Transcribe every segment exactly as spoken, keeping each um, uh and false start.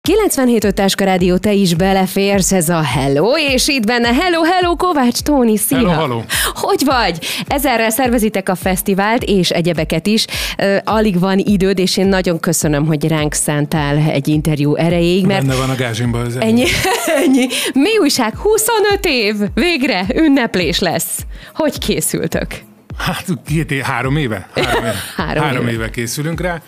kilencvenhét öt Táska Rádió, te is beleférsz, ez a Hello, és itt benne Hello, Hello, Kovács Tóni, szia! Hello, hello. Hogy vagy? Ezerrel szervezitek a fesztivált, és egyebeket is. Uh, alig van időd, és én nagyon köszönöm, hogy ránk szántál egy interjú erejéig, mert... Benne van a gázsimban az ennyi, ennyi. Mi újság? huszonöt év! Végre ünneplés lesz. Hogy készültök? Hát két év, három éve? Három éve, három három éve. éve készülünk rá.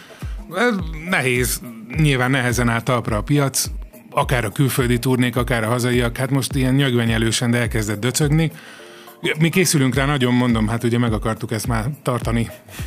Nehéz, nyilván nehezen áll talpra a piac, akár a külföldi turnék, akár a hazaiak, hát most ilyen nyögvenyelősen, de elkezdett döcögni. Mi készülünk rá, nagyon mondom, hát ugye meg akartuk ezt már tartani.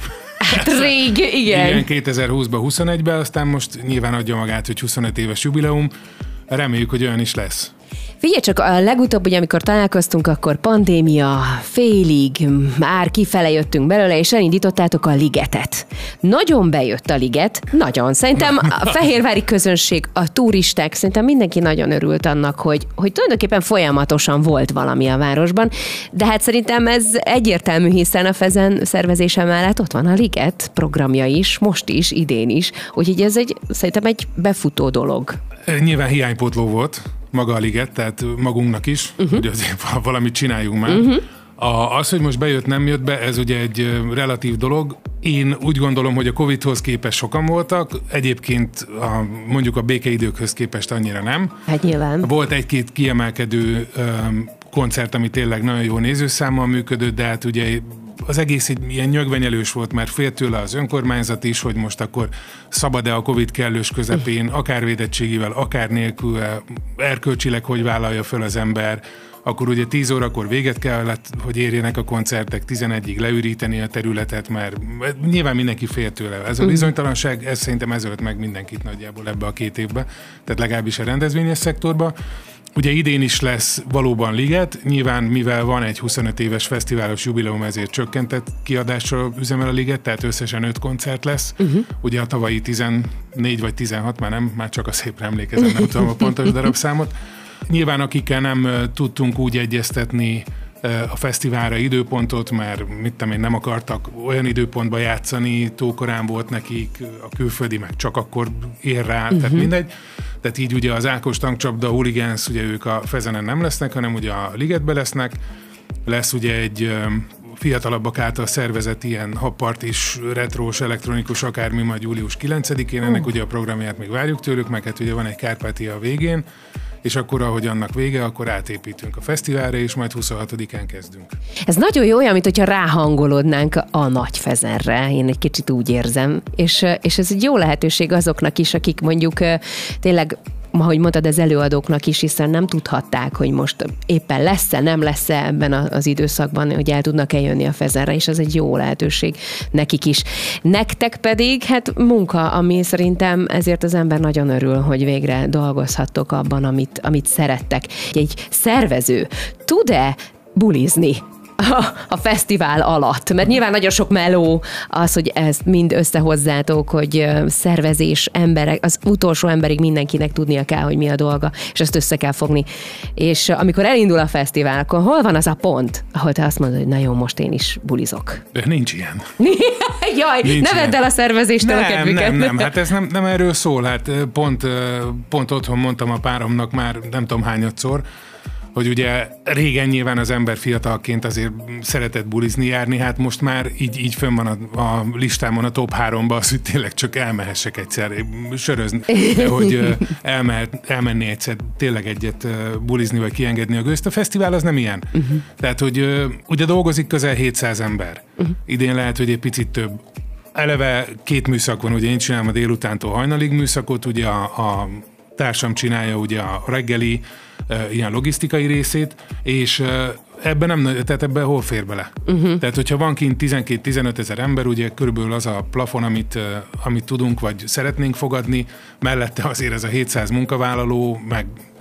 Hát rég, igen. Igen, kétezer-húszban, huszonegyben, aztán most nyilván adja magát, hogy huszonöt éves jubileum. Reméljük, hogy olyan is lesz. Figyelj csak, a legutóbb, ugye, amikor találkoztunk, akkor pandémia, félig, már kifele jöttünk belőle, és elindítottátok a ligetet. Nagyon bejött a liget, nagyon. Szerintem a fehérvári közönség, a turisták, szerintem mindenki nagyon örült annak, hogy, hogy tulajdonképpen folyamatosan volt valami a városban, de hát szerintem ez egyértelmű, hiszen a Fezen szervezése mellett ott van a liget programja is, most is, idén is, úgyhogy ez egy, szerintem egy befutó dolog. Nyilván hiánypótló volt maga a liget, tehát magunknak is, uh-huh. hogy azért valamit csináljunk már. Uh-huh. A, az, hogy most bejött, nem jött be, ez ugye egy relatív dolog. Én úgy gondolom, hogy a Covidhoz képest sokan voltak, egyébként a, mondjuk a békeidőkhöz képest annyira nem. Hát nyilván. Volt egy-két kiemelkedő um, koncert, ami tényleg nagyon jó nézőszámmal működött, de hát ugye az egész egy ilyen nyögvenyelős volt, mert fél tőle az önkormányzat is, hogy most akkor szabad-e a Covid kellős közepén, akár védettségével, akár nélkül, erkölcsileg hogy vállalja föl az ember, akkor ugye tíz órakor véget kellett, hogy érjenek a koncertek, tizenegyig leüríteni a területet, mert nyilván mindenki fél tőle. Ez a bizonytalanság, ez szerintem ez ölt meg mindenkit nagyjából ebbe a két évbe, tehát legalábbis a rendezvényes szektorban. Ugye idén is lesz valóban liget, nyilván mivel van egy huszonöt éves fesztiválos jubileum, ezért csökkentett kiadásra üzemel a liget, tehát összesen öt koncert lesz. Uh-huh. Ugye a tavalyi tizennégy vagy tizenhat, már nem, már csak a szépre emlékezem, nem tudom a pontos darabszámot. Nyilván akikkel nem tudtunk úgy egyeztetni a fesztiválra időpontot, mert mit tudom én, nem akartak olyan időpontba játszani, túl korán volt nekik, a külföldi meg csak akkor ér rá, uh-huh. tehát mindegy. Tehát így ugye az Ákos Tankcsapda, Hooligans, ugye ők a Fezenen nem lesznek, hanem ugye a ligetbe lesznek. Lesz ugye egy fiatalabbak által szervezett ilyen habpartis, retrós, elektronikus, akármi majd július kilencedikén, ennek uh. ugye a programját még várjuk tőlük, meg hát ugye van egy Kárpátia a végén, és akkor, ahogy annak vége, akkor átépítünk a fesztiválra, és majd huszonhatodikán kezdünk. Ez nagyon jó, olyan, mint hogyha ráhangolódnánk a Nagyfezenre, én egy kicsit úgy érzem, és, és ez egy jó lehetőség azoknak is, akik mondjuk tényleg, ahogy mondtad, az előadóknak is, hiszen nem tudhatták, hogy most éppen lesz-e, nem lesz-e ebben az időszakban, hogy el tudnak-e jönni a Fezenre, és ez egy jó lehetőség nekik is. Nektek pedig, hát munka, ami szerintem ezért az ember nagyon örül, hogy végre dolgozhattok abban, amit, amit szerettek. Egy szervező tud-e bulizni A, a fesztivál alatt? Mert nyilván nagyon sok meló az, hogy ezt mind összehozzátok, hogy szervezés, emberek, az utolsó emberig mindenkinek tudnia kell, hogy mi a dolga, és ezt össze kell fogni. És amikor elindul a fesztivál, akkor hol van az a pont, ahol te azt mondod, hogy na jó, most én is bulizok? De nincs ilyen. Jaj, nincs ne vedd el a szervezéstől a kedvüket. Nem, nem, hát ez nem, nem erről szól. Hát pont, pont otthon mondtam a páromnak már nem tudom hányadszor, hogy ugye régen nyilván az ember fiatalként azért szeretett bulizni, járni, hát most már így, így fönn van a, a listámon a top háromba az, hogy tényleg csak elmehessek egyszer sörözni, hogy elmehet, elmenni egyszer tényleg egyet bulizni, vagy kiengedni a gőzt. A fesztivál az nem ilyen. Uh-huh. Tehát, hogy ugye dolgozik közel hétszáz ember. Uh-huh. Idén lehet, hogy egy picit több. Eleve két műszak van, ugye én csinálom a délutántól hajnalig műszakot, ugye a, a társam csinálja ugye a reggeli uh, ilyen logisztikai részét, és uh, ebben nem, tehát ebben hol fér bele? Uh-huh. Tehát, hogyha van kint tizenkét-tizenöt ezer ember, ugye körülbelül az a plafon, amit, uh, amit tudunk, vagy szeretnénk fogadni, mellette azért ez a hétszáz munkavállaló, meg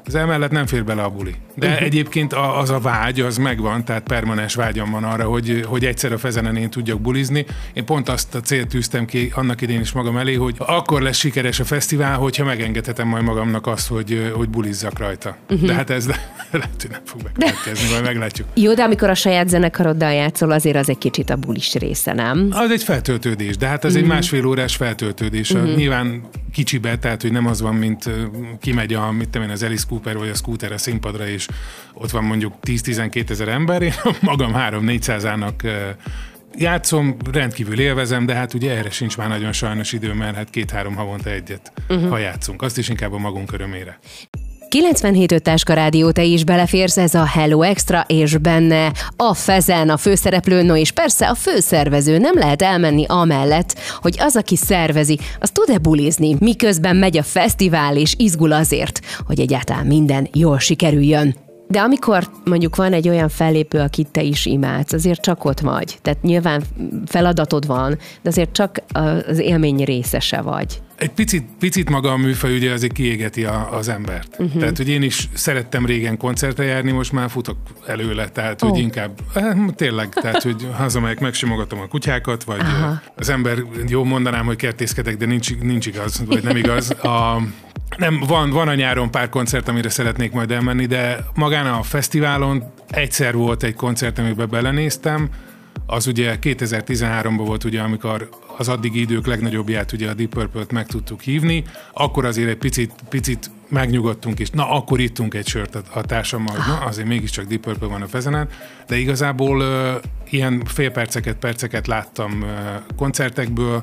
Az emellett nem fér bele a buli. De uh-huh. egyébként az a vágy, az megvan, tehát permanens vágyam van arra, hogy, hogy egyszer a Fezenen én tudjak bulizni. Én pont azt a célt tűztem ki annak idén is magam elé, hogy akkor lesz sikeres a fesztivál, hogyha megengedhetem majd magamnak azt, hogy, hogy bulizzak rajta. Uh-huh. De hát ez lehet, hogy nem fog bekövetkezni, majd meglátjuk. Jó, de amikor a saját zenekaroddal játszol, azért az egy kicsit a bulis része, nem? Az egy feltöltődés, de hát az uh-huh. egy másfél órás feltöltődés. Uh-huh. Nyilván kicsibe, tehát hogy nem az van, mint kimegy a, mit tudom én, az Alice Cooper vagy a Scooter a színpadra, és ott van mondjuk tíz-tizenkét ezer ember, én magam három-négyszázának játszom, rendkívül élvezem, de hát ugye erre sincs már nagyon sajnos idő, mert hát két-három havonta egyet, uh-huh. ha játszunk. Azt is inkább a magunk örömére. kilencvenhét öt Táska Rádió, te is beleférsz, ez a Hello Extra, és benne a Fezen, a főszereplő, no és persze a főszervező. Nem lehet elmenni amellett, hogy az, aki szervezi, az tud-e bulizni, miközben megy a fesztivál, és izgul azért, hogy egyáltalán minden jól sikerüljön. De amikor mondjuk van egy olyan fellépő, akit te is imádsz, azért csak ott vagy. Tehát nyilván feladatod van, de azért csak az élmény részese vagy. Egy picit, picit maga a műfaj ugye azért kiégeti a, az embert. Uh-huh. Tehát, hogy én is szerettem régen koncertre járni, most már futok előle, tehát, oh. hogy inkább, eh, tényleg, tehát, hogy hazamegyek, megsimogatom a kutyákat, vagy Aha. az ember, jó mondanám, hogy kertészkedek, de nincs, nincs igaz, vagy nem igaz. A, nem, van, van a nyáron pár koncert, amire szeretnék majd elmenni, de magán a fesztiválon egyszer volt egy koncert, amiben belenéztem, az ugye kétezer-tizenháromban volt, ugye, amikor az addigi idők legnagyobbját, ugye a Deep Purple-t meg tudtuk hívni, akkor azért egy picit, picit megnyugodtunk, és na, akkor ittunk egy sört a, a társammal, na, azért mégiscsak Deep Purple van a Fezenen, de igazából uh, ilyen fél perceket, perceket láttam uh, koncertekből.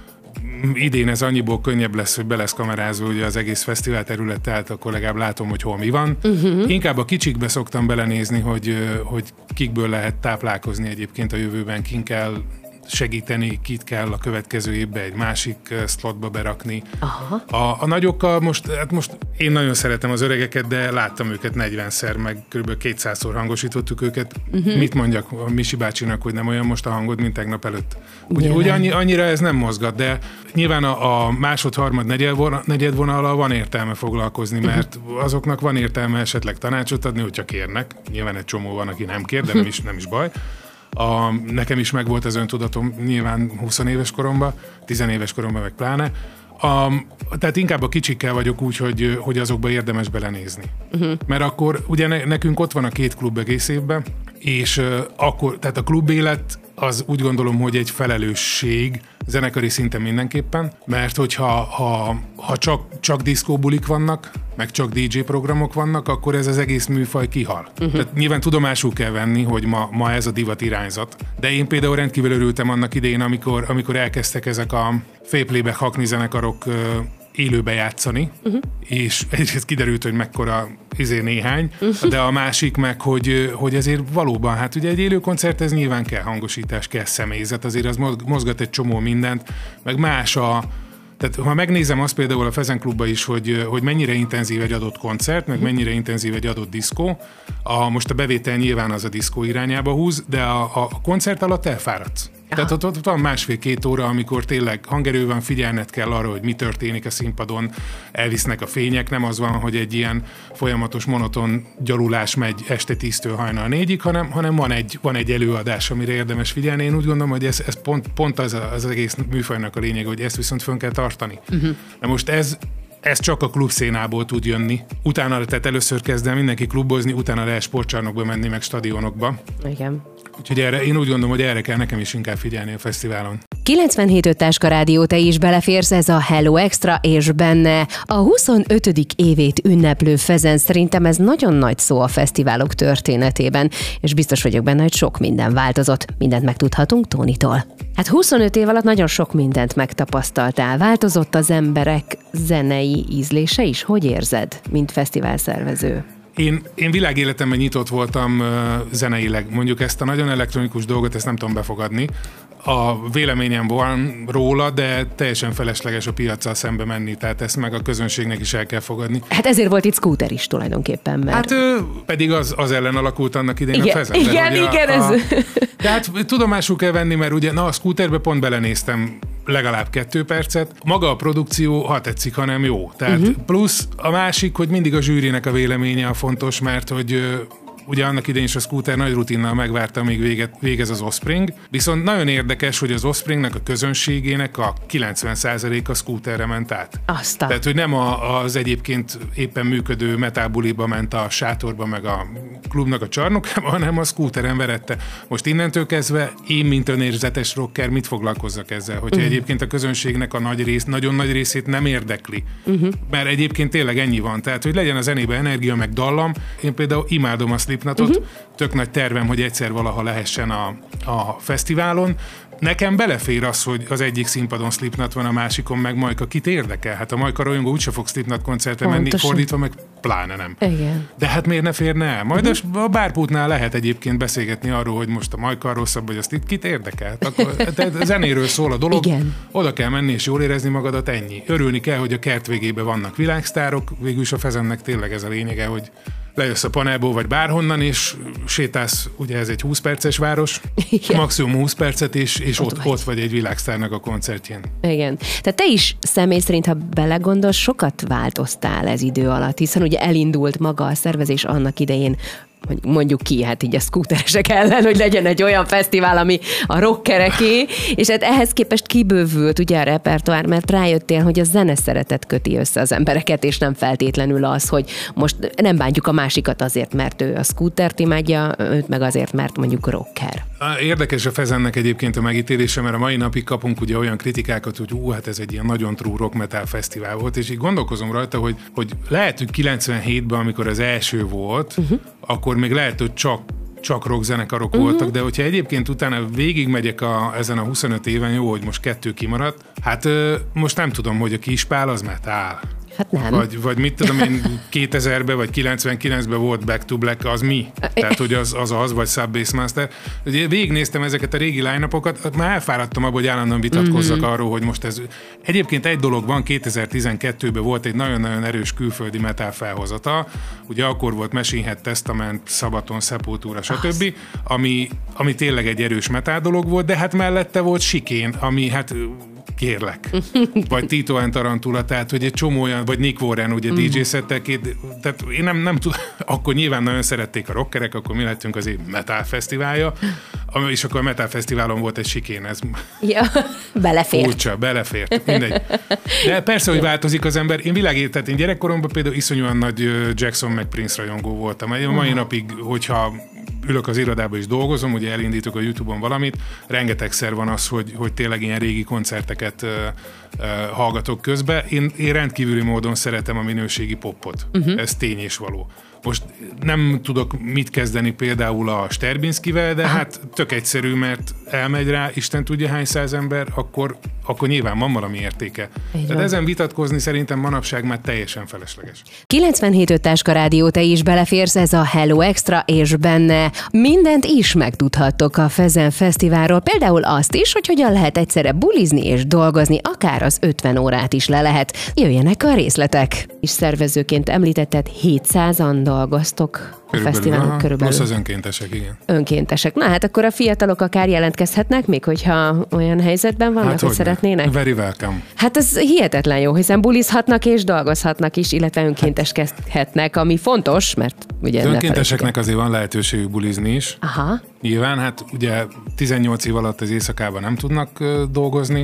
Idén ez annyiból könnyebb lesz, hogy be lesz kamerázva ugye az egész fesztivál terület, tehát akkor legalább látom, hogy hol mi van. Uh-huh. Inkább a kicsikbe szoktam belenézni, hogy, hogy kikből lehet táplálkozni egyébként a jövőben, kin kell segíteni, kit kell a következő évben egy másik slotba berakni. Aha. A, a nagyokkal most, hát most én nagyon szeretem az öregeket, de láttam őket negyvenszer, meg kb. kétszázszor hangosítottuk őket. Uh-huh. Mit mondjak a Misi bácsinak, hogy nem olyan most a hangod, mint tegnap előtt? Úgy, úgy annyi, annyira ez nem mozgat, de nyilván a, a másod, harmad, negyedvonallal van értelme foglalkozni, mert uh-huh. azoknak van értelme esetleg tanácsot adni, hogyha kérnek. Nyilván egy csomó van, aki nem kér, de nem is, nem is baj. A, nekem is megvolt az öntudatom nyilván húsz éves koromban, tíz éves koromban meg pláne. A, tehát inkább a kicsikkel vagyok úgy, hogy, hogy azokba érdemes belenézni. Uh-huh. Mert akkor ugye ne, nekünk ott van a két klub egész évben, és uh, akkor, tehát a klubélet az úgy gondolom, hogy egy felelősség zenekari szinten mindenképpen, mert hogyha ha, ha csak, csak diszkóbulik vannak, meg csak dé dzsé programok vannak, akkor ez az egész műfaj kihal. Uh-huh. Tehát nyilván tudomásul kell venni, hogy ma, ma ez a divat irányzat. De én például rendkívül örültem annak idején, amikor, amikor elkezdtek ezek a félplayback hakni zenekarok uh, élőbe játszani, uh-huh. és egyrészt kiderült, hogy mekkora izé néhány, uh-huh. de a másik meg, hogy, hogy azért valóban, hát ugye egy élő koncert, ez nyilván kell hangosítás, kell személyzet, azért az mozgat egy csomó mindent, meg más a Tehát ha megnézem azt például a Fezen Klubban is, hogy, hogy mennyire intenzív egy adott koncert, meg mennyire intenzív egy adott diszkó, a, most a bevétel nyilván az a diszkó irányába húz, de a, a koncert alatt elfáradsz. Aha. Tehát ott, ott van másfél-két óra, amikor tényleg hangerő van, figyelned kell arra, hogy mi történik a színpadon, elvisznek a fények, nem az van, hogy egy ilyen folyamatos monoton gyalulás megy este tíztől hajnal négyig, hanem, hanem van, egy, van egy előadás, amire érdemes figyelni. Én úgy gondolom, hogy ez, ez pont, pont az, az egész műfajnak a lényeg, hogy ezt viszont fönn kell tartani. Uh-huh. Na most ez Ez csak a klubszénából tud jönni. Utána, tehát először kezd el mindenki klubozni, utána lehet sportcsarnokba menni, meg stadionokba. Igen. Úgyhogy erre, én úgy gondolom, hogy erre kell nekem is inkább figyelni a fesztiválon. kilencvenhét öt Táska Rádió, te is beleférsz, ez a Hello Extra, és benne a huszonötödik évét ünneplő Fezen. Szerintem ez nagyon nagy szó a fesztiválok történetében, és biztos vagyok benne, hogy sok minden változott. Mindent megtudhatunk Tónitól. Hát huszonöt év alatt nagyon sok mindent megtapasztaltál. Változott az emberek zenei ízlése is? Hogy érzed, mint fesztiválszervező? Én, én világéletemben nyitott voltam uh, zeneileg. Mondjuk ezt a nagyon elektronikus dolgot, ezt nem tudom befogadni. A véleményem van róla, de teljesen felesleges a piaccal szembe menni, tehát ezt meg a közönségnek is el kell fogadni. Hát ezért volt itt Scooter is tulajdonképpen, mert... Hát ő, pedig az, az ellen alakult annak idején igen, a Fezen. Igen, igen, a, ez... A, tehát tudomásul kell venni, mert ugye na, a Scooterbe pont belenéztem legalább kettő percet. Maga a produkció, ha tetszik, hanem jó. Tehát uh-huh. plusz a másik, hogy mindig a zsűrinek a véleménye a fontos, mert hogy ugye annak idején is a Scooter nagy rutinnal megvárta, amíg véget, végez az Offspring. Viszont nagyon érdekes, hogy az Offspringnek a közönségének a kilencven százaléka Scooterre ment át. Aztán. Tehát, hogy nem a, az egyébként éppen működő metalbuliba ment a sátorba, meg a klubnak a csarnokába, hanem a Scooteren verette. Most innentől kezdve én, mint önérzetes rocker, mit foglalkozzak ezzel? Hogyha uh-huh. egyébként a közönségnek a nagy rész, nagyon nagy részét nem érdekli. Uh-huh. Mert egyébként tényleg ennyi van. Tehát, hogy legyen az zenébe energia, meg dallam. Én például imádom a Slipknotot, uh-huh. tök nagy tervem, hogy egyszer valaha lehessen a, a fesztiválon. Nekem belefér az, hogy az egyik színpadon Slipknot van, a másikon meg Majka. Kit érdekel? Hát a Majka rajongó úgyse fog Slipknot koncertre menni, fordítva meg pláne nem. Igen. De hát miért ne férne el? Majd uh-huh. a bárpultnál lehet egyébként beszélgetni arról, hogy most a Majka rosszabb, vagy azt itt kit érdekel? Akkor a zenéről szól a dolog, igen. Oda kell menni és jól érezni magadat, ennyi. Örülni kell, hogy a kert végében vannak világsztárok, végülis a Fezennek tényleg ez a lényege, hogy lejössz a panelból, vagy bárhonnan, és sétálsz, ugye ez egy húsz perces város, igen. maximum húsz percet, és, és ott, ott, vagy. ott vagy egy világsztárnak a koncertjén. Igen. Tehát te is személy szerint, ha belegondolsz, sokat változtál ez idő alatt, hiszen ugye elindult maga a szervezés annak idején, mondjuk ki, hát így a szkúteresek ellen, hogy legyen egy olyan fesztivál, ami a rockereké, és hát ehhez képest kibővült ugye a repertoár, mert rájöttél, hogy a zene szeretet köti össze az embereket, és nem feltétlenül az, hogy most nem bántjuk a másikat azért, mert ő a Scootert imádja, őt meg azért, mert mondjuk rocker. Érdekes a Fezennek egyébként a megítélése, mert a mai napig kapunk ugye olyan kritikákat, hogy ú, hát ez egy ilyen nagyon true rock metal fesztivál volt, és így gondolkozom rajta, hogy, hogy lehet, hogy kilencvenhétben, amikor az első volt, uh-huh. akkor még lehet, hogy csak, csak rockzenekarok uh-huh. voltak, de hogyha egyébként utána végigmegyek a, ezen a huszonöt éven, jó, hogy most kettő kimaradt, hát ö, most nem tudom, hogy a Kispál az metal. Hát nem. Vagy, vagy mit tudom én, kétezerben vagy kilencvenkilencben volt Back to Black, az mi? Tehát, hogy az az, az vagy Sub Bassmaster. Végignéztem ezeket a régi line-upokat, már elfáradtam abba, hogy állandóan vitatkozzak mm-hmm. arról, hogy most ez... Egyébként egy dolog van, kétezer-tizenkettőben volt egy nagyon-nagyon erős külföldi metal felhozata, ugye akkor volt Machine Head, Testament, Sabaton, Sepultura, stb., ami, ami tényleg egy erős metal dolog volt, de hát mellette volt Chicane, ami hát... kérlek. Vagy Tito and Tarantula, tehát hogy egy csomó olyan, vagy Nick Warren, ugye uh-huh. dé dzsé szettekét, tehát én nem, nem tudom, akkor nyilván nagyon szerették a rockerek, akkor mi lettünk az év metal fesztiválja, és akkor a metal fesztiválon volt egy Chicane, ez... Ja, belefért. Furcsa, belefért, mindegy. De persze, hogy változik az ember. Én világét, tehát én gyerekkoromban például iszonyúan nagy Jackson meg Prince rajongó voltam. A mai napig, hogyha ülök az irodába és dolgozom, ugye elindítok a YouTube-on valamit, rengetegszer van az, hogy, hogy tényleg ilyen régi koncerteket uh, uh, hallgatok közben. Én, én rendkívüli módon szeretem a minőségi popot. Uh-huh. Ez tény és való. Most nem tudok mit kezdeni például a Sterbinszkivel, de hát tök egyszerű, mert elmegy rá, Isten tudja hány száz ember, akkor, akkor nyilván van valami értéke. Így Tehát van. Ezen vitatkozni szerintem manapság már teljesen felesleges. kilencvenhét öt Táska Rádió, te is beleférsz, ez a Hello Extra, és benne mindent is megtudhattok a Fezen Fesztiválról, például azt is, hogy hogyan lehet egyszerre bulizni és dolgozni, akár az ötven órát is le lehet. Jöjjenek a részletek. És szervezőként említetted, hétszázan dolgoztok a körülbelül, fesztiválon aha, körülbelül. Plusz az önkéntesek, igen. Önkéntesek. Na hát akkor a fiatalok akár jelentkezhetnek még, hogyha olyan helyzetben vannak, hát, hogy szeretnének? Very welcome. Hát ez hihetetlen jó, hiszen bulizhatnak és dolgozhatnak is, illetve önkénteskedhetnek, ami fontos, mert ugye... Önkénteseknek azért van lehetőségük bulizni is. Aha. Nyilván, hát ugye tizennyolc év alatt az éjszakában nem tudnak uh, dolgozni,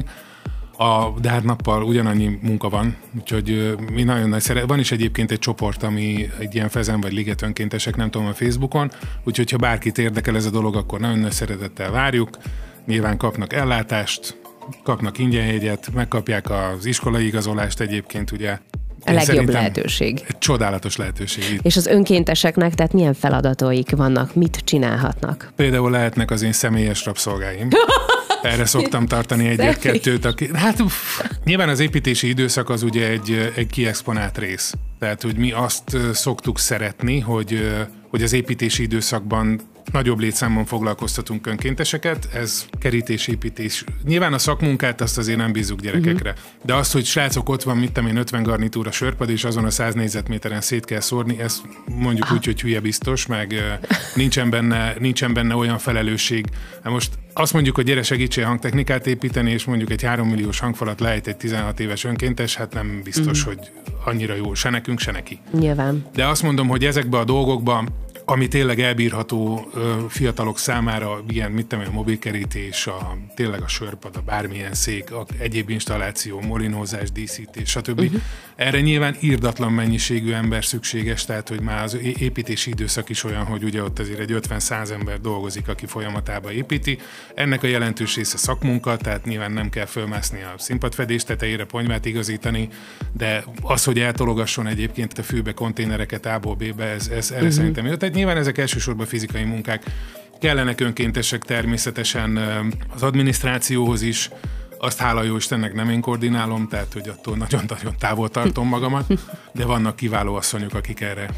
A, de hát nappal ugyanannyi munka van, úgyhogy mi nagyon nagy szeret. Van is egyébként egy csoport, ami egy ilyen Fezen vagy Liget önkéntesek, nem tudom, a Facebookon, úgyhogy ha bárkit érdekel ez a dolog, akkor nagyon nagy szeretettel várjuk. Nyilván kapnak ellátást, kapnak ingyenjegyet, megkapják az iskolai igazolást egyébként, ugye. A legjobb lehetőség. Egy csodálatos lehetőség. És az önkénteseknek, tehát milyen feladataik vannak, mit csinálhatnak? Például lehetnek az én személyes rabszolgáim. Erre szoktam tartani egyet-kettőt. Aki, hát uff, nyilván az építési időszak az ugye egy, egy kiexponált rész. Tehát, hogy mi azt szoktuk szeretni, hogy, hogy az építési időszakban nagyobb létszámon foglalkoztatunk önkénteseket, ez kerítésépítés. Nyilván a szakmunkát azt azért nem bízzuk gyerekekre, uh-huh. de azt, hogy srácok, ott van, mit tudom én, ötven garnitúra sörpad, és azon a száz négyzetméteren szét kell szórni, ezt mondjuk ah. úgy, hogy hülye biztos, meg nincsen benne, nincsen benne olyan felelősség. Most azt mondjuk, hogy gyere segítsél hangtechnikát építeni, és mondjuk egy három milliós hangfalat lejt egy tizenhat éves önkéntes, hát nem biztos, uh-huh. hogy annyira jó, se nekünk, se neki. Nyilván. De azt mondom, hogy ezekben a dolgokban, ami tényleg elbírható ö, fiatalok számára, ilyen, mit tudom, a mobilkerítés, a, tényleg a sörpad, a bármilyen szék, a egyéb installáció, molinózás, díszítés, stb. Uh-huh. Erre nyilván irdatlan mennyiségű ember szükséges, tehát hogy már az építési időszak is olyan, hogy ugye ott azért egy ötven-száz ember dolgozik, aki folyamatában építi. Ennek a jelentős része szakmunka, tehát nyilván nem kell fölmászni a színpadfedés tetejére, ponyvát igazítani, de az, hogy eltologasson egyébként a fűbe konténereket A-ból B-be, ez, ez erre uh-huh. szerintem jó. Tehát nyilván ezek elsősorban fizikai munkák. Kellenek önkéntesek természetesen az adminisztrációhoz is, azt hála jó Istennek nem én koordinálom, tehát hogy attól nagyon-nagyon távol tartom magamat, de vannak kiváló asszonyok, akik erre...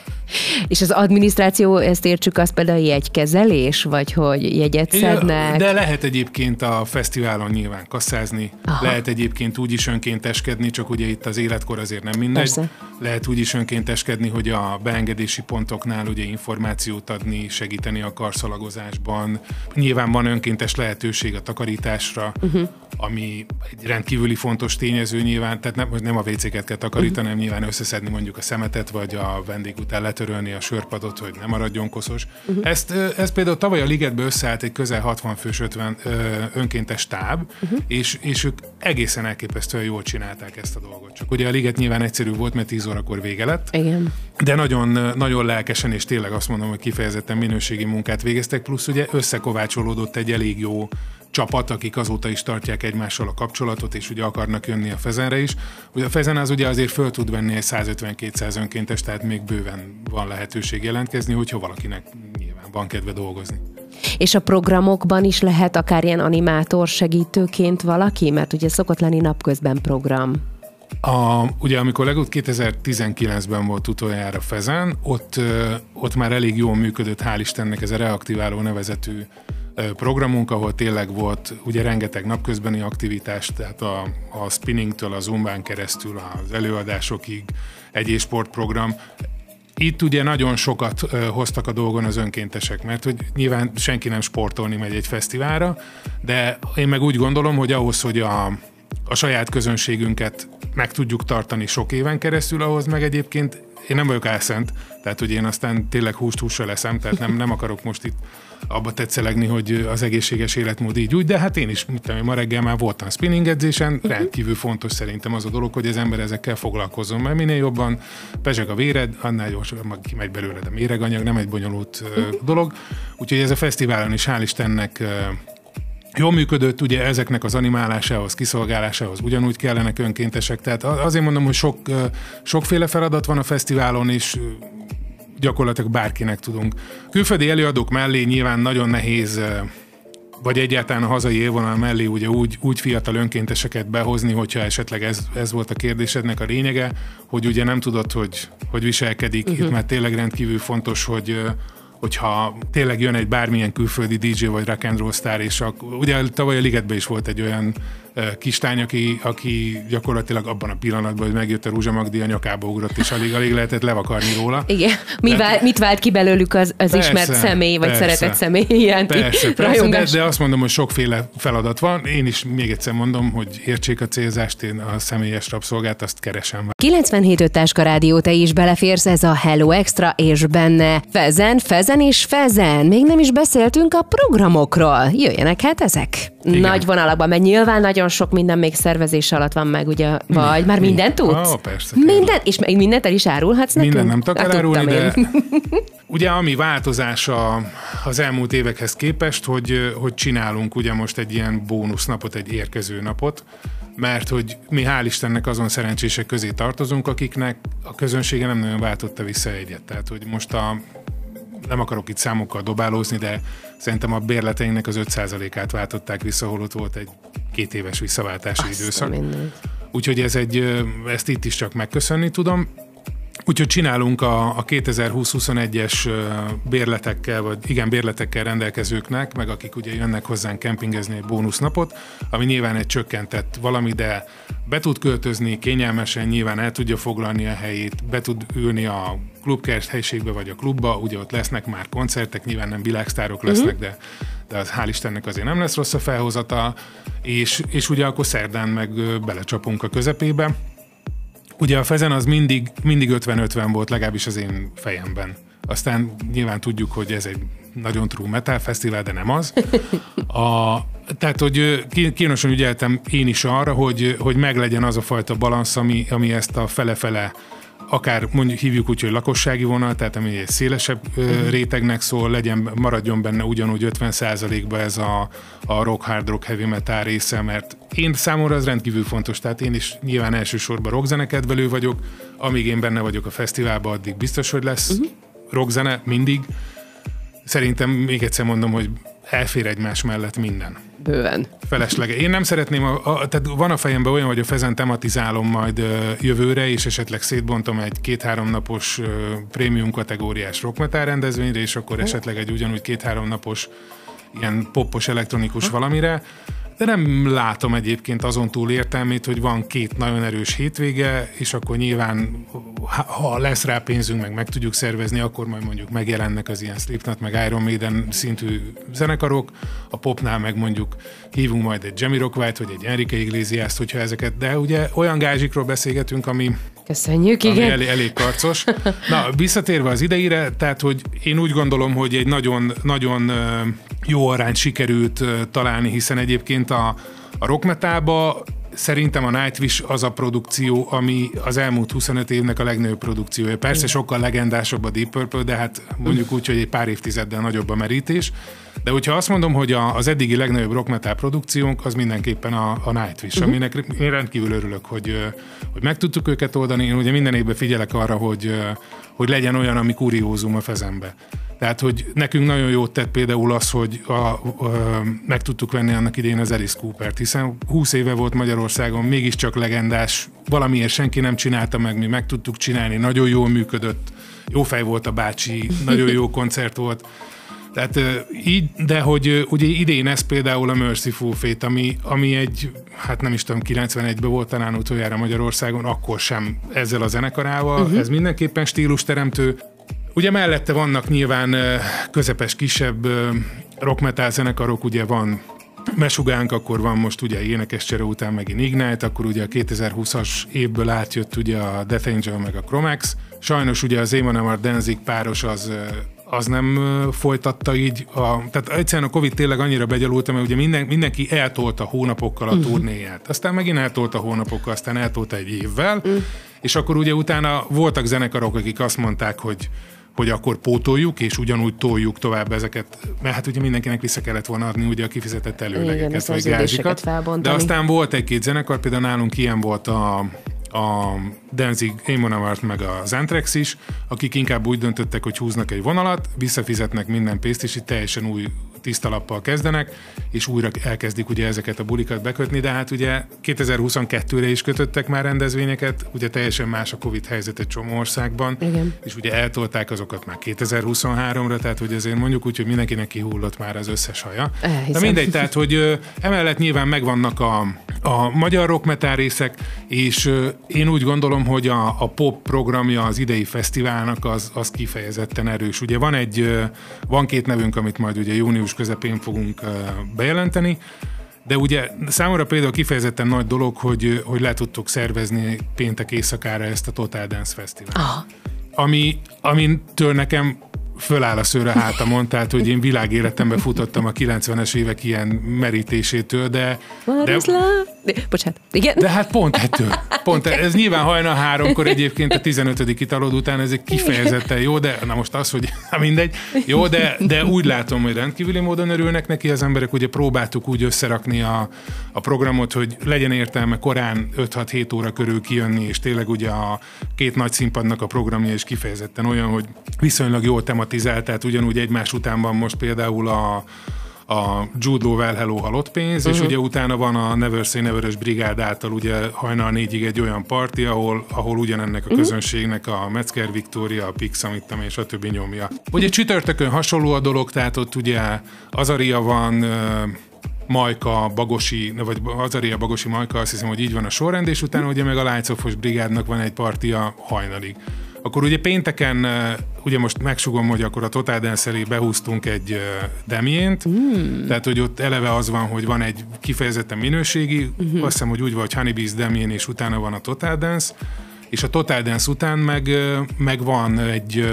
És az adminisztráció, ezt értsük, az például jegykezelés, vagy hogy jegyet szednek? De lehet egyébként a fesztiválon nyilván kasszázni, aha. lehet egyébként úgy is önkénteskedni, csak ugye itt az életkor azért nem mindegy. Persze. Lehet úgy is önkénteskedni, hogy a beengedési pontoknál ugye információt adni, segíteni a karszalagozásban. Nyilván van önkéntes lehetőség a takarításra, uh-huh. ami egy rendkívüli fontos tényező nyilván, tehát nem, nem a vécéket kell takarítani, uh-huh. nyilván összeszedni mondjuk a szemetet, vagy a vendég után letörölni a sörpadot, hogy ne maradjon koszos. Uh-huh. Ezt, ez például tavaly a Ligetbe összeállt egy közel hatvan fős ötven önkéntes stáb, uh-huh. és, és ők egészen elképesztően jól csinálták ezt a dolgot. Csak ugye a Liget nyilván egyszerű volt, mert tíz órakor vége lett. Igen. De nagyon, nagyon lelkesen, és tényleg azt mondom, hogy kifejezetten minőségi munkát végeztek, plusz ugye összekovácsolódott egy elég jó csapat, akik azóta is tartják egymással a kapcsolatot, és ugye akarnak jönni a Fezenre is. Ugye a Fezen az ugye azért föl tud venni egy száz ötven-kétszáz önkéntes, tehát még bőven van lehetőség jelentkezni, hogyha valakinek nyilván van kedve dolgozni. És a programokban is lehet akár ilyen animátor segítőként valaki? Mert ugye szokott lenni napközben program. A, ugye amikor legutóbb kétezer-tizenkilencben volt utoljára Fezen, ott, ott már elég jól működött, hál' Istennek ez a reaktiváló nevezetű programunk, ahol tényleg volt ugye rengeteg napközbeni aktivitás, tehát a, a spinningtől a zumbán keresztül az előadásokig, egy sportprogram. Itt ugye nagyon sokat hoztak a dolgon az önkéntesek, mert hogy nyilván senki nem sportolni megy egy fesztiválra, de én meg úgy gondolom, hogy ahhoz, hogy a, a saját közönségünket meg tudjuk tartani sok éven keresztül, ahhoz meg egyébként én nem vagyok álszent, tehát hogy én aztán tényleg húst hússal leszem, tehát nem, nem akarok most itt abba tetszelegni, hogy az egészséges életmód így úgy, de hát én is, mit tudom, ma reggel már voltam spinning edzésen, rendkívül fontos szerintem az a dolog, hogy az ember ezekkel foglalkozzon, mert minél jobban pezseg a véred, annál gyorsabban kimegy belőled a méreganyag, nem egy bonyolult uh, dolog, úgyhogy ez a fesztiválon is hál' Istennek uh, jól működött, ugye ezeknek az animálásához, kiszolgálásához ugyanúgy kellenek önkéntesek, tehát azért mondom, hogy sok, sokféle feladat van a fesztiválon, és gyakorlatilag bárkinek tudunk. Külföldi előadók mellé nyilván nagyon nehéz, vagy egyáltalán a hazai élvonal mellé ugye úgy, úgy fiatal önkénteseket behozni, hogyha esetleg ez, ez volt a kérdésednek a lényege, hogy ugye nem tudod, hogy, hogy viselkedik. Uh-huh. Itt már tényleg rendkívül fontos, hogy hogyha tényleg jön egy bármilyen külföldi dé dzsé vagy rock and roll sztár, és a, ugye tavaly a Ligetben is volt egy olyan uh, kistány, aki, aki gyakorlatilag abban a pillanatban, hogy megjött a Rúzsa Magdi, a nyakába ugrott, és alig, alig lehetett levakarni róla. Igen. Mi de, vált, mit vált ki belőlük az, az persze, ismert személy, vagy persze, szeretett személy ilyenki persze, persze, de, de azt mondom, hogy sokféle feladat van. Én is még egyszer mondom, hogy értsék a célzást, én a személyes rabszolgát, azt keresem. kilencvenhét öt Táska Rádió, te is beleférsz, ez a Hello Extra, és benne Fezen, Fezen és Fezen. Még nem is beszéltünk a programokról. Jöjjenek hát ezek. Igen. Nagy vonalakban, mert nyilván nagyon sok minden még szervezés alatt van meg, ugye, vagy már mindent tudsz? Ah, persze. Minden, és még mindent el is árulhatsz nekünk? Minden nem tudok elárulni, de ugye ami változás a, az elmúlt évekhez képest, hogy, hogy csinálunk ugye most egy ilyen bónusznapot, egy érkező napot, mert hogy mi hál' Istennek azon szerencsések közé tartozunk, akiknek a közönsége nem nagyon váltotta vissza egyet. Tehát, hogy most a nem akarok itt számokkal dobálózni, de szerintem a bérleteinknek az öt százalékát váltották vissza, holott volt egy két éves visszaváltási Azt időszak. Úgyhogy ez egy, ezt itt is csak megköszönni tudom. Úgyhogy csinálunk a, a kétezer-húsz-huszonegyes bérletekkel, vagy igen, bérletekkel rendelkezőknek, meg akik ugye jönnek hozzánk kempingezni egy bónusznapot, ami nyilván egy csökkentett valami, de be tud költözni kényelmesen, nyilván el tudja foglalni a helyét, be tud ülni a klubkert helyiségbe vagy a klubba, ugye ott lesznek már koncertek, nyilván nem világsztárok lesznek, uh-huh. de, de az hál' Istennek azért nem lesz rossz a felhozata, és, és ugye akkor szerdán meg belecsapunk a közepébe. Ugye a Fezen az mindig, mindig ötven-ötven volt, legalábbis az én fejemben. Aztán nyilván tudjuk, hogy ez egy nagyon true metal fesztivál, de nem az. A, tehát, hogy kínosan ügyeltem én is arra, hogy, hogy meglegyen az a fajta balansz, ami, ami ezt a fele-fele, akár mondjuk hívjuk úgy, hogy lakossági vonal, tehát ami egy szélesebb uh-huh. rétegnek szól, legyen, maradjon benne ugyanúgy ötven százalékba ez a, a rock, hard rock, heavy metal része, mert én számomra az rendkívül fontos, tehát én is nyilván elsősorban rockzenekedvelő vagyok, amíg én benne vagyok a fesztiválban, addig biztos, hogy lesz uh-huh. rockzene, mindig. Szerintem még egyszer mondom, hogy elfér egymás mellett minden. Bőven. Felesleges. Én nem szeretném, a, a, tehát van a fejemben olyan, hogy a Fezen tematizálom majd ö, jövőre, és esetleg szétbontom egy két-három napos ö, prémium kategóriás rockmetal rendezvényre, és akkor oh. esetleg egy ugyanúgy két-három napos ilyen poppos, elektronikus oh. valamire. De nem látom egyébként azon túl értelmét, hogy van két nagyon erős hétvége, és akkor nyilván, ha lesz rá pénzünk, meg meg tudjuk szervezni, akkor majd mondjuk megjelennek az ilyen Slipknot, meg Iron Maiden szintű zenekarok, a popnál meg mondjuk hívunk majd egy Jamiroquai-t, vagy egy Enrique Iglesiast, hogyha ezeket, de ugye olyan gázsikról beszélgetünk, ami Köszönjük, ami igen. Elég, elég karcos. Na, visszatérve az ideire, tehát, hogy én úgy gondolom, hogy egy nagyon, nagyon jó arányt sikerült találni, hiszen egyébként a, a rock metalba szerintem a Nightwish az a produkció, ami az elmúlt huszonöt évnek a legnagyobb produkciója. Persze igen. sokkal legendásabb a Deep Purple, de hát mondjuk úgy, hogy egy pár évtizeddel nagyobb a merítés. De hogyha azt mondom, hogy a, az eddigi legnagyobb rock metal produkciónk, az mindenképpen a, a Nightwish, uh-huh. aminek én rendkívül örülök, hogy, hogy meg tudtuk őket oldani. Én ugye minden évben figyelek arra, hogy, hogy legyen olyan, ami kuriózum a Fezenbe. Tehát, hogy nekünk nagyon jót tett például az, hogy a, a, meg tudtuk venni annak idején az Alice Coopert, hiszen húsz éve volt Magyarországon, mégiscsak legendás, valamiért senki nem csinálta meg, mi meg tudtuk csinálni, nagyon jól működött, jó fej volt a bácsi, nagyon jó koncert volt. Tehát így, de hogy ugye idén ez például a Mercyful Fate, ami, ami egy, hát nem is tudom, kilencvenegyben volt talán utoljára Magyarországon, akkor sem ezzel a zenekarával, uh-huh. ez mindenképpen stílusteremtő. Ugye mellette vannak nyilván közepes, kisebb rock metal zenekarok, ugye van Mesugánk, akkor van most ugye énekescsere után megint Ignite, akkor ugye a kétezer-húszas évből átjött ugye a Death Angel meg a Chromax. Sajnos ugye az Amon Amarth Danzig páros az az nem folytatta így. A, tehát egyszerűen a Covid tényleg annyira begyalulta, mert ugye minden, mindenki eltolta hónapokkal a uh-huh. turnéját. Aztán megint eltolta hónapokkal, aztán eltolta egy évvel, uh-huh. és akkor ugye utána voltak zenekarok, akik azt mondták, hogy hogy akkor pótoljuk, és ugyanúgy toljuk tovább ezeket, mert hát ugye mindenkinek vissza kellett volna adni ugye a kifizetett előlegeket, vagy gázsikat. De aztán volt egy-két zenekar, például nálunk ilyen volt a a Danzig, Amon Amarth meg az Anthrax is, akik inkább úgy döntöttek, hogy húznak egy vonalat, visszafizetnek minden pénzt, és itt teljesen új tiszta lappal kezdenek, és újra elkezdik ugye ezeket a bulikat bekötni, de hát ugye kétezer-huszonkettőre is kötöttek már rendezvényeket, ugye teljesen más a Covid helyzet egy csomó országban, igen. és ugye eltolták azokat már kétezer-huszonháromra, tehát hogy azért mondjuk úgy, hogy mindenkinek kihullott már az összes haja. Elhiszem. De mindegy, tehát hogy ö, emellett nyilván megvannak a, a magyar rock metal részek, és ö, én úgy gondolom, hogy a, a pop programja az idei fesztiválnak az, az kifejezetten erős. Ugye van egy, ö, van két nevünk, amit majd ugye június közepén fogunk uh, bejelenteni, de ugye számomra például kifejezetten nagy dolog, hogy, hogy le tudtuk szervezni péntek éjszakára ezt a Total Dance Fesztivált. Ah. Ami, amintől nekem föláll a szőr a hátamon, tehát hogy én világéletemben futottam a kilencvenes évek ilyen merítésétől, de... de Bocsánat, igen? De hát pont ettől. Pont ez nyilván hajnal háromkor egyébként a tizenötödik italod után ez egy kifejezetten jó, de na most az, hogy mindegy, jó, de, de úgy látom, hogy rendkívüli módon örülnek neki az emberek, ugye próbáltuk úgy összerakni a, a programot, hogy legyen értelme korán öt-hat-hét óra körül kijönni, és tényleg ugye a két nagy színpadnak a programja is kifejezetten olyan, hogy viszonylag jól tematizált, tehát ugyanúgy egymás után van most például a a Jude Law Well Hello halott pénz, uh-huh. és ugye utána van a Never Say Never-es brigád által ugye hajnal négyig egy olyan parti, ahol, ahol ugyanennek a közönségnek a Metzger Victoria, a Pix, amit tudom, és a többi nyomja. Ugye csütörtökön hasonló a dolog, tehát ott ugye Azaria van, Majka, Bagosi, vagy Azaria, Bagosi, Majka, azt hiszem, hogy így van a sorrend, és utána ugye meg a Lights of brigádnak van egy partia hajnalig. Akkor ugye pénteken, ugye most megsugom, hogy akkor a Total Dance elé behúztunk egy Demiént, mm. tehát hogy ott eleve az van, hogy van egy kifejezetten minőségi, mm-hmm. azt hiszem, hogy úgy van, hogy Honeybees Demien, és utána van a Total Dance, és a Total Dance után meg, meg van egy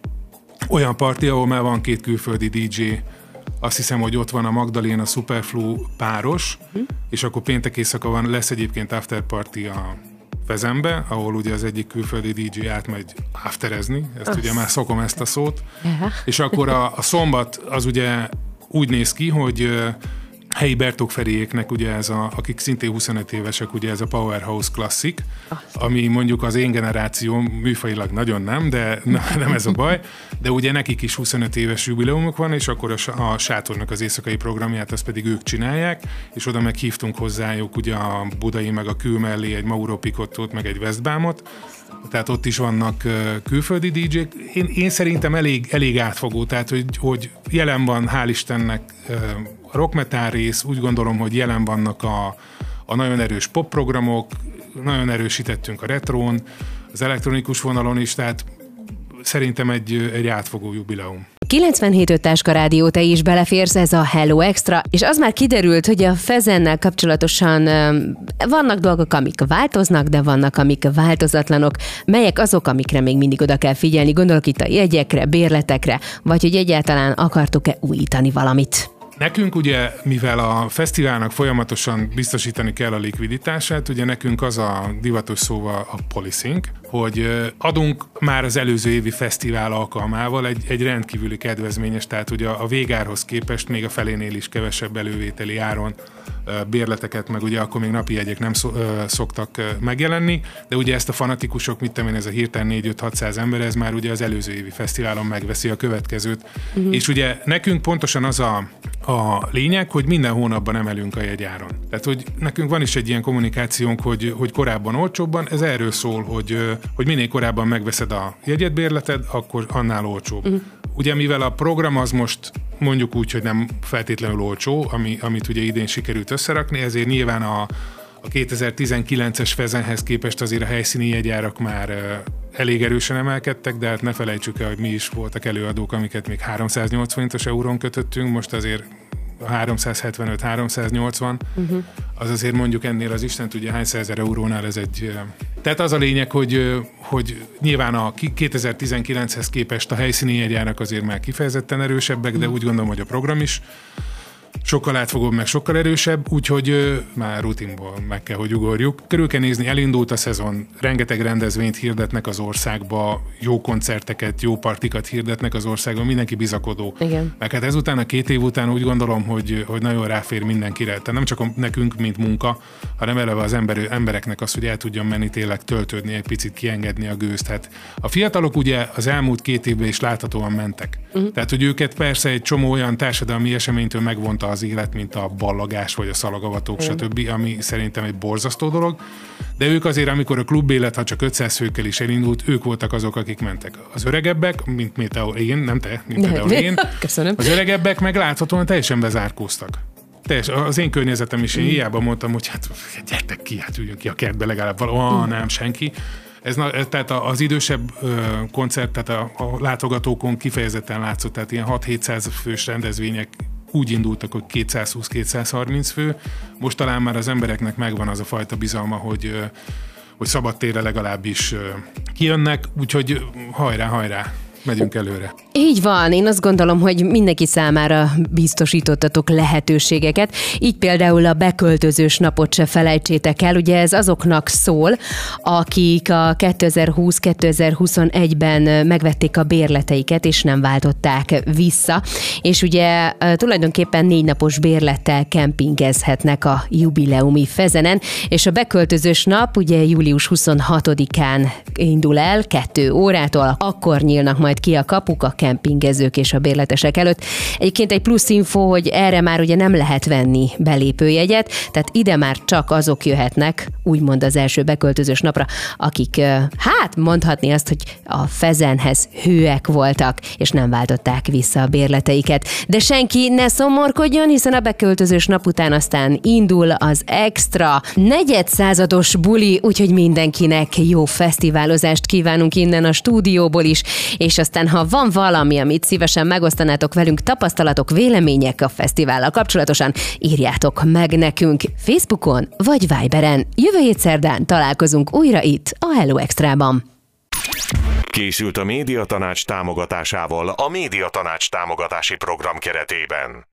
olyan parti, ahol már van két külföldi dé dzsé, azt hiszem, hogy ott van a Magdalena Superflu páros, mm. és akkor péntek éjszaka van, lesz egyébként after party a Fezenbe, ahol ugye az egyik külföldi dé dzsé átmegy afterezni, ezt Azt. ugye már szokom ezt a szót, ja. és akkor a, a szombat az ugye úgy néz ki, hogy helyi Bertók Feriéknek ugye ez a, akik szintén huszonöt évesek, ugye ez a Powerhouse Classic, Azt. ami mondjuk az én generációm műfajilag nagyon nem, de nem ez a baj, de ugye nekik is huszonöt éves jubileumok van, és akkor a, a sátornak az éjszakai programját azt pedig ők csinálják, és oda meghívtunk hozzájuk ugye a budai meg a kül mellé egy Mauro Picottót, meg egy Westbamot, tehát ott is vannak uh, külföldi dé dzsék. Én, én szerintem elég, elég átfogó, tehát hogy, hogy jelen van, hál' Istennek uh, a rockmetal rész, úgy gondolom, hogy jelen vannak a, a nagyon erős popprogramok, nagyon erősítettünk a retrón, az elektronikus vonalon is, tehát szerintem egy, egy átfogó jubileum. kilencvenhét öt Táska Rádió, te is beleférsz, ez a Hello Extra, és az már kiderült, hogy a Fezennel kapcsolatosan vannak dolgok, amik változnak, de vannak, amik változatlanok. Melyek azok, amikre még mindig oda kell figyelni? Gondolok itt a jegyekre, bérletekre, vagy hogy egyáltalán akartok-e újítani valamit? Nekünk ugye, mivel a fesztiválnak folyamatosan biztosítani kell a likviditását, ugye nekünk az a divatos szóval a policing, hogy adunk már az előző évi fesztivál alkalmával egy, egy rendkívüli kedvezményes, tehát ugye a végárhoz képest még a felénél is kevesebb elővételi áron bérleteket, meg ugye akkor még napi jegyek nem szoktak megjelenni, de ugye ezt a fanatikusok, mit tudom én, ez a hirtelen négy-öt-hatszáz ember, ez már ugye az előző évi fesztiválon megveszi a következőt. Uh-huh. És ugye nekünk pontosan az a, a lényeg, hogy minden hónapban emelünk a jegyáron. Tehát, hogy nekünk van is egy ilyen kommunikációnk, hogy, hogy korábban olcsóbban, ez erről szól, hogy, hogy minél korábban megveszed a jegyet, bérleted, akkor annál olcsóbb. Uh-huh. Ugye mivel a program az most mondjuk úgy, hogy nem feltétlenül olcsó, ami, amit ugye idén sikerült összerakni, ezért nyilván a, a kétezer-tizenkilences Fezenhez képest azért a helyszíni jegyárak már uh, elég erősen emelkedtek, de hát ne felejtsük el, hogy mi is voltak előadók, amiket még háromszáznyolcvan forintos eurón kötöttünk, most azért háromszázhetvenöt-háromszáznyolcvan, uh-huh. az azért mondjuk ennél az Isten tudja hány százezer eurónál ez egy... Tehát az a lényeg, hogy, hogy nyilván a kétezer-tizenkilenchez képest a helyszíni jegyárak azért már kifejezetten erősebbek, de úgy gondolom, hogy a program is sokkal átfogóbb, meg sokkal erősebb, úgyhogy már rutinból meg kell, hogy ugorjuk. Körül kell nézni, elindult a szezon, rengeteg rendezvényt hirdetnek az országba, jó koncerteket, jó partikat hirdetnek az országban, mindenki bizakodó. Igen. Meg hát ezután, a két év után úgy gondolom, hogy, hogy nagyon ráfér mindenkire. Tehát nem csak nekünk, mint munka, hanem eleve az ember, embereknek az, hogy el tudjon menni tényleg töltődni, egy picit kiengedni a gőzt. Hát a fiatalok ugye az elmúlt két évben is láthatóan mentek. Uh-huh. Tehát, hogy őket persze egy csomó olyan társadalmi eseménytől megvonta az élet, mint a ballagás, vagy a szalagavatók, stb., ami szerintem egy borzasztó dolog, de ők azért, amikor a klubélet, ha csak ötszáz főkkel is elindult, ők voltak azok, akik mentek. Az öregebbek, mint például én, nem te, mint például én, Köszönöm. Az öregebbek meg láthatóan teljesen bezárkóztak. Teljes, az én környezetem is, én hiába mondtam, hogy hát gyertek ki, hát üljünk ki a kertbe legalább valahol, nem, senki. Ez, tehát az idősebb koncert, tehát a, a látogatókon kifejezetten látszott, tehát ilyen hat-hétszáz fős rendezvények úgy indultak, hogy kétszázhúsz-kétszázharminc fő. Most talán már az embereknek megvan az a fajta bizalma, hogy, hogy szabadtérre legalábbis kijönnek, úgyhogy hajrá, hajrá! Megyünk előre. Így van, én azt gondolom, hogy mindenki számára biztosítottatok lehetőségeket. Így például a beköltözős napot se felejtsétek el. Ugye ez azoknak szól, akik a kétezer-húsz kétezer-huszonegyben megvették a bérleteiket, és nem váltották vissza. És ugye tulajdonképpen négy napos bérlettel kempingezhetnek a jubileumi Fezenen, és a beköltözős nap ugye július huszonhatodikán indul el, kettő órától, akkor nyílnak majd majd ki a kapuk a kempingezők és a bérletesek előtt. Egyébként egy plusz info, hogy erre már ugye nem lehet venni belépőjegyet, tehát ide már csak azok jöhetnek, úgymond az első beköltözős napra, akik, hát mondhatni azt, hogy a Fezenhez hűek voltak, és nem váltották vissza a bérleteiket. De senki ne szomorkodjon, hiszen a beköltözős nap után aztán indul az extra negyedszázados buli, úgyhogy mindenkinek jó fesztiválozást kívánunk innen a stúdióból is, és aztán ha van valami, amit szívesen megosztanátok velünk, tapasztalatok, vélemények a fesztivállal kapcsolatosan, írjátok meg nekünk Facebookon vagy Viberen. Jövő hét szerdán találkozunk újra itt a Hello Extrában. Készült a Médiatanács támogatásával a Médiatanács támogatási program keretében.